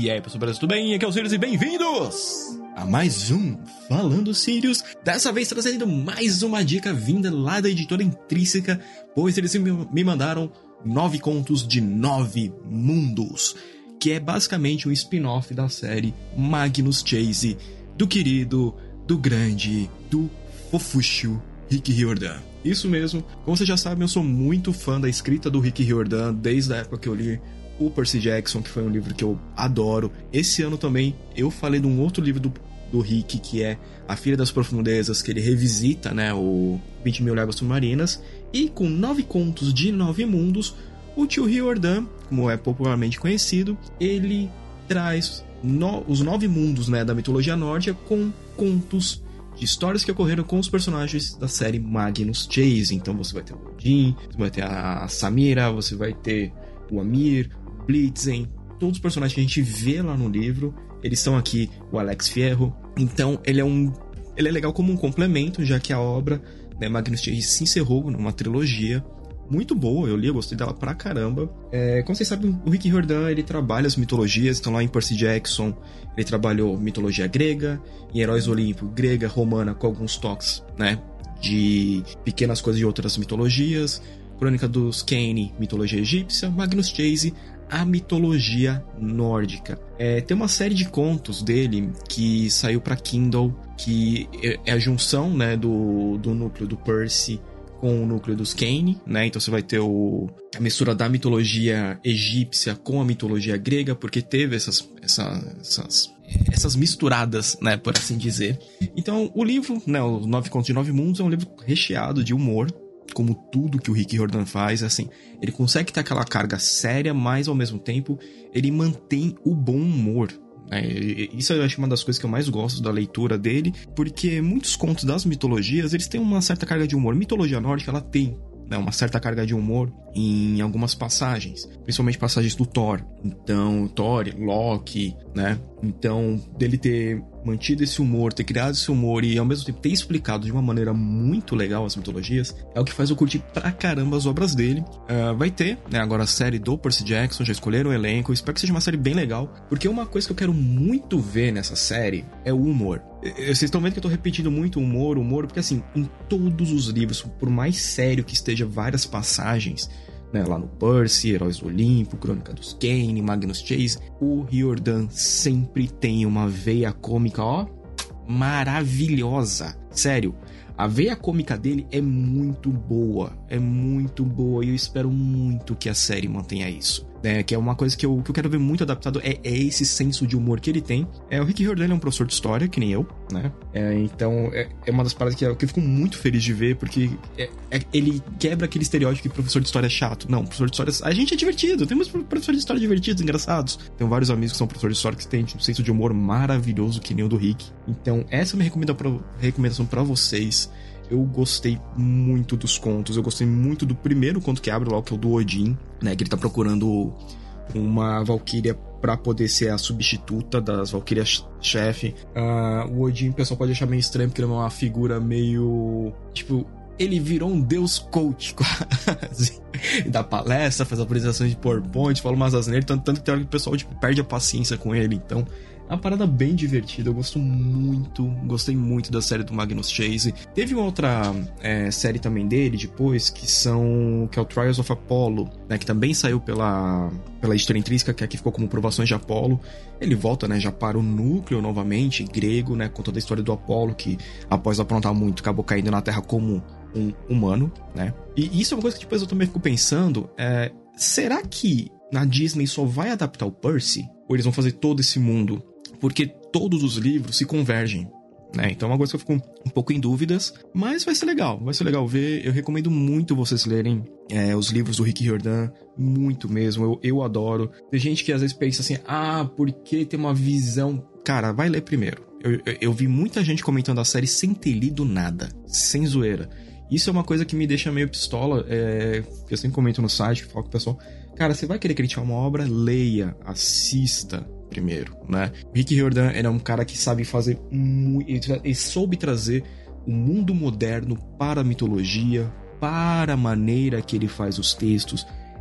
E aí, pessoal, tudo bem? Aqui é o Sirius e bem-vindos a mais um Falando Sirius. Dessa vez trazendo mais uma dica vinda lá da editora Intrínseca, pois eles me mandaram 9 contos de 9 mundos, que é basicamente um spin-off da série Magnus Chase, do querido, do grande, do fofucho Rick Riordan. Isso mesmo, como vocês já sabem, eu sou muito fã da escrita do Rick Riordan, desde a época que eu li o Percy Jackson, que foi um livro que eu adoro. Esse ano também eu falei de um outro livro do Rick, que é A Filha das Profundezas, que ele revisita, né, o 20 Mil Léguas Submarinas. E com 9 contos de 9 mundos, o tio Riordan, como é popularmente conhecido, ele traz os 9 mundos, né, da mitologia nórdica com contos de histórias que ocorreram com os personagens da série Magnus Chase. Então você vai ter o Odin, você vai ter a Samira, você vai ter o Amir, o Blitzen, todos os personagens que a gente vê lá no livro, eles são aqui, o Alex Fierro. Então ele é legal como um complemento, já que a obra, né, Magnus Chase se encerrou numa trilogia muito boa, eu gostei dela pra caramba. Como vocês sabem, o Rick Riordan, ele trabalha as mitologias, então lá em Percy Jackson ele trabalhou mitologia grega, em Heróis do Olimpo, grega, romana, com alguns toques, né, de pequenas coisas de outras mitologias. Crônica dos Kane, mitologia egípcia. Magnus Chase, a mitologia nórdica. Tem uma série de contos dele que saiu para Kindle, que é a junção, né, do núcleo do Percy com o núcleo dos Kane, né? Então você vai ter a mistura da mitologia egípcia com a mitologia grega, porque teve essas misturadas, né, por assim dizer. Então o livro, né, os 9 contos de 9 mundos, é um livro recheado de humor, como tudo que o Rick Riordan faz. Assim, ele consegue ter aquela carga séria, mas ao mesmo tempo ele mantém o bom humor. Isso eu acho uma das coisas que eu mais gosto da leitura dele, porque muitos contos das mitologias, eles têm uma certa carga de humor. Mitologia nórdica, ela tem, né, uma certa carga de humor em algumas passagens, principalmente passagens do Thor. Então, Thor, Loki, né? Então, dele ter mantido esse humor, ter criado esse humor e ao mesmo tempo ter explicado de uma maneira muito legal as mitologias, é o que faz eu curtir pra caramba as obras dele. Vai ter, né, agora a série do Percy Jackson, já escolheram o elenco, espero que seja uma série bem legal, porque uma coisa que eu quero muito ver nessa série é o humor. Vocês estão vendo que eu tô repetindo muito humor, porque assim, em todos os livros, por mais sério que esteja várias passagens, né, lá no Percy, Heróis do Olimpo, Crônica dos Kane, Magnus Chase, o Riordan sempre tem uma veia cômica, ó, maravilhosa. Sério, a veia cômica dele é muito boa, e eu espero muito que a série mantenha isso, né? Que é uma coisa que eu quero ver muito adaptado, é esse senso de humor que ele tem. O Rick Riordan é um professor de história, que nem eu, né? Então é uma das paradas que eu fico muito feliz de ver, porque ele quebra aquele estereótipo que professor de história é chato. Não, professor de história, a gente é divertido, temos professores de história divertidos, engraçados. Tenho vários amigos que são professores de história que têm um senso de humor maravilhoso, que nem o do Rick. Então essa é a minha recomendação pra vocês. Eu gostei muito dos contos, eu gostei muito do primeiro conto que abre lá, que é o do Odin, né, que ele tá procurando uma valquíria pra poder ser a substituta das valquírias-chefe. O Odin, o pessoal pode achar meio estranho, porque ele é uma figura meio, tipo, ele virou um deus coach, quase. Dá palestra, faz apresentações de PowerPoint, fala umas asneiras, tanto que tem hora que o pessoal, tipo, perde a paciência com ele. Então é uma parada bem divertida, eu gostei muito da série do Magnus Chase. Teve uma outra série também dele depois, que é o Trials of Apollo, né, que também saiu pela editora Intrínseca, que aqui ficou como Provações de Apollo. Ele volta, né, já para o núcleo novamente, grego, né, com toda a história do Apollo, que após aprontar muito, acabou caindo na Terra como um humano, né. E isso é uma coisa que depois eu também fico pensando, será que na Disney só vai adaptar o Percy? Ou eles vão fazer todo esse mundo? Porque todos os livros se convergem, né? Então é uma coisa que eu fico um pouco em dúvidas, mas vai ser legal ver. Eu recomendo muito vocês lerem os livros do Rick Riordan, muito mesmo, eu adoro. Tem gente que às vezes pensa assim, porque tem uma visão. Cara, vai ler primeiro. Eu vi muita gente comentando a série sem ter lido nada, sem zoeira. Isso é uma coisa que me deixa meio pistola, que eu sempre comento no site, falo com o pessoal, cara, você vai querer criticar uma obra, leia, assista primeiro, né? O Rick Riordan era um cara que sabe fazer ele soube trazer o mundo moderno para a mitologia, para a maneira que ele faz os textos.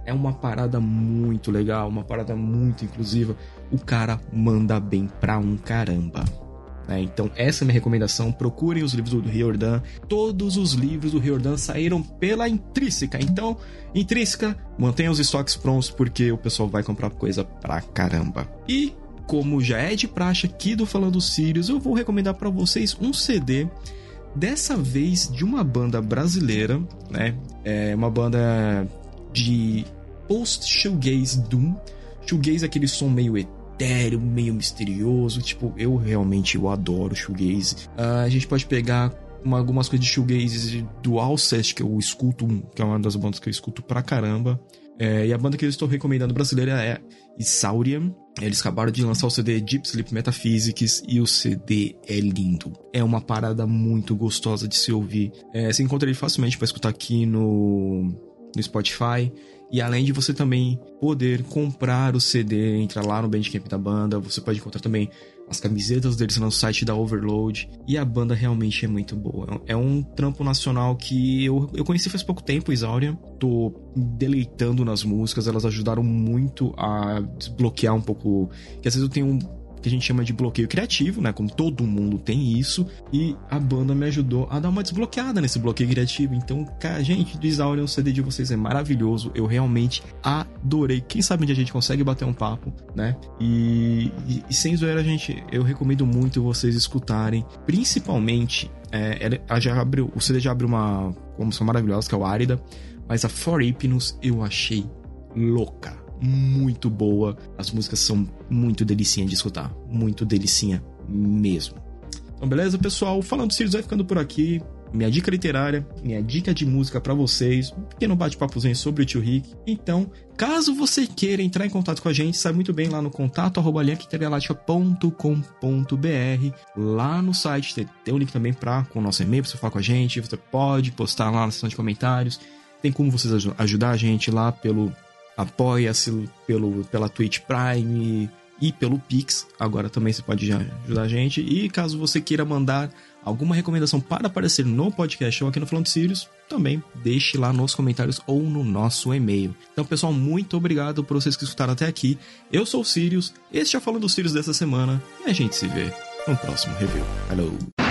É uma parada muito legal, uma parada muito inclusiva. O cara manda bem pra um caramba. Então essa é a minha recomendação. Procurem os livros do Riordan. Todos os livros do Riordan saíram pela Intrínseca. Então, Intrínseca, mantenha os estoques prontos, porque o pessoal vai comprar coisa pra caramba. E, como já é de praxe aqui do Falando Sirius, eu vou recomendar pra vocês um CD, dessa vez de uma banda brasileira, né? É uma banda de post-shoegaze doom. Shoegaze é aquele som meio etéreo, meio misterioso. Tipo, eu adoro shoegaze. A gente pode pegar algumas coisas de shoegaze do Alcest, que eu escuto, que é uma das bandas que eu escuto pra caramba. E a banda que eu estou recomendando brasileira é Isaurian. Eles acabaram de lançar o CD Deep Sleep Metaphysics e o CD é lindo. É uma parada muito gostosa de se ouvir. Você encontra ele facilmente para escutar aqui no Spotify. E além de você também poder comprar o CD, entrar lá no Bandcamp da banda, você pode encontrar também as camisetas deles no site da Overload. E a banda realmente é muito boa. É um trampo nacional que eu conheci faz pouco tempo, Isaurian. Tô deleitando nas músicas, elas ajudaram muito a desbloquear um pouco. Que às vezes eu tenho que a gente chama de bloqueio criativo, né? Como todo mundo tem isso. E a banda me ajudou a dar uma desbloqueada nesse bloqueio criativo. Então, cara, gente, do Isaurian, o CD de vocês é maravilhoso. Eu realmente adorei. Quem sabe um dia a gente consegue bater um papo, né? E sem zoeira, gente, eu recomendo muito vocês escutarem. Principalmente, o CD já abriu uma música maravilhosa, que é o Árida. Mas a For Hypnos eu achei louca. Muito boa. As músicas são muito delicinha de escutar. Muito delicinha mesmo. Então, beleza, pessoal? Falando Sirius vai ficando por aqui. Minha dica literária, minha dica de música pra vocês. Um pequeno bate-papozinho sobre o Tio Rick. Então, caso você queira entrar em contato com a gente, sabe muito bem lá no contato@linhaintergaláctica.com.br. Lá no site tem um link também com o nosso e-mail pra você falar com a gente. Você pode postar lá na seção de comentários. Tem como vocês ajudar a gente lá pelo Apoia-se, pela Twitch Prime e pelo Pix. Agora também você pode ajudar a gente. E caso você queira mandar alguma recomendação para aparecer no podcast ou aqui no Falando Sirius, também deixe lá nos comentários ou no nosso e-mail. Então, pessoal, muito obrigado por vocês que escutaram até aqui. Eu sou o Sirius, este é o Falando Sirius dessa semana e a gente se vê no próximo review. Hello!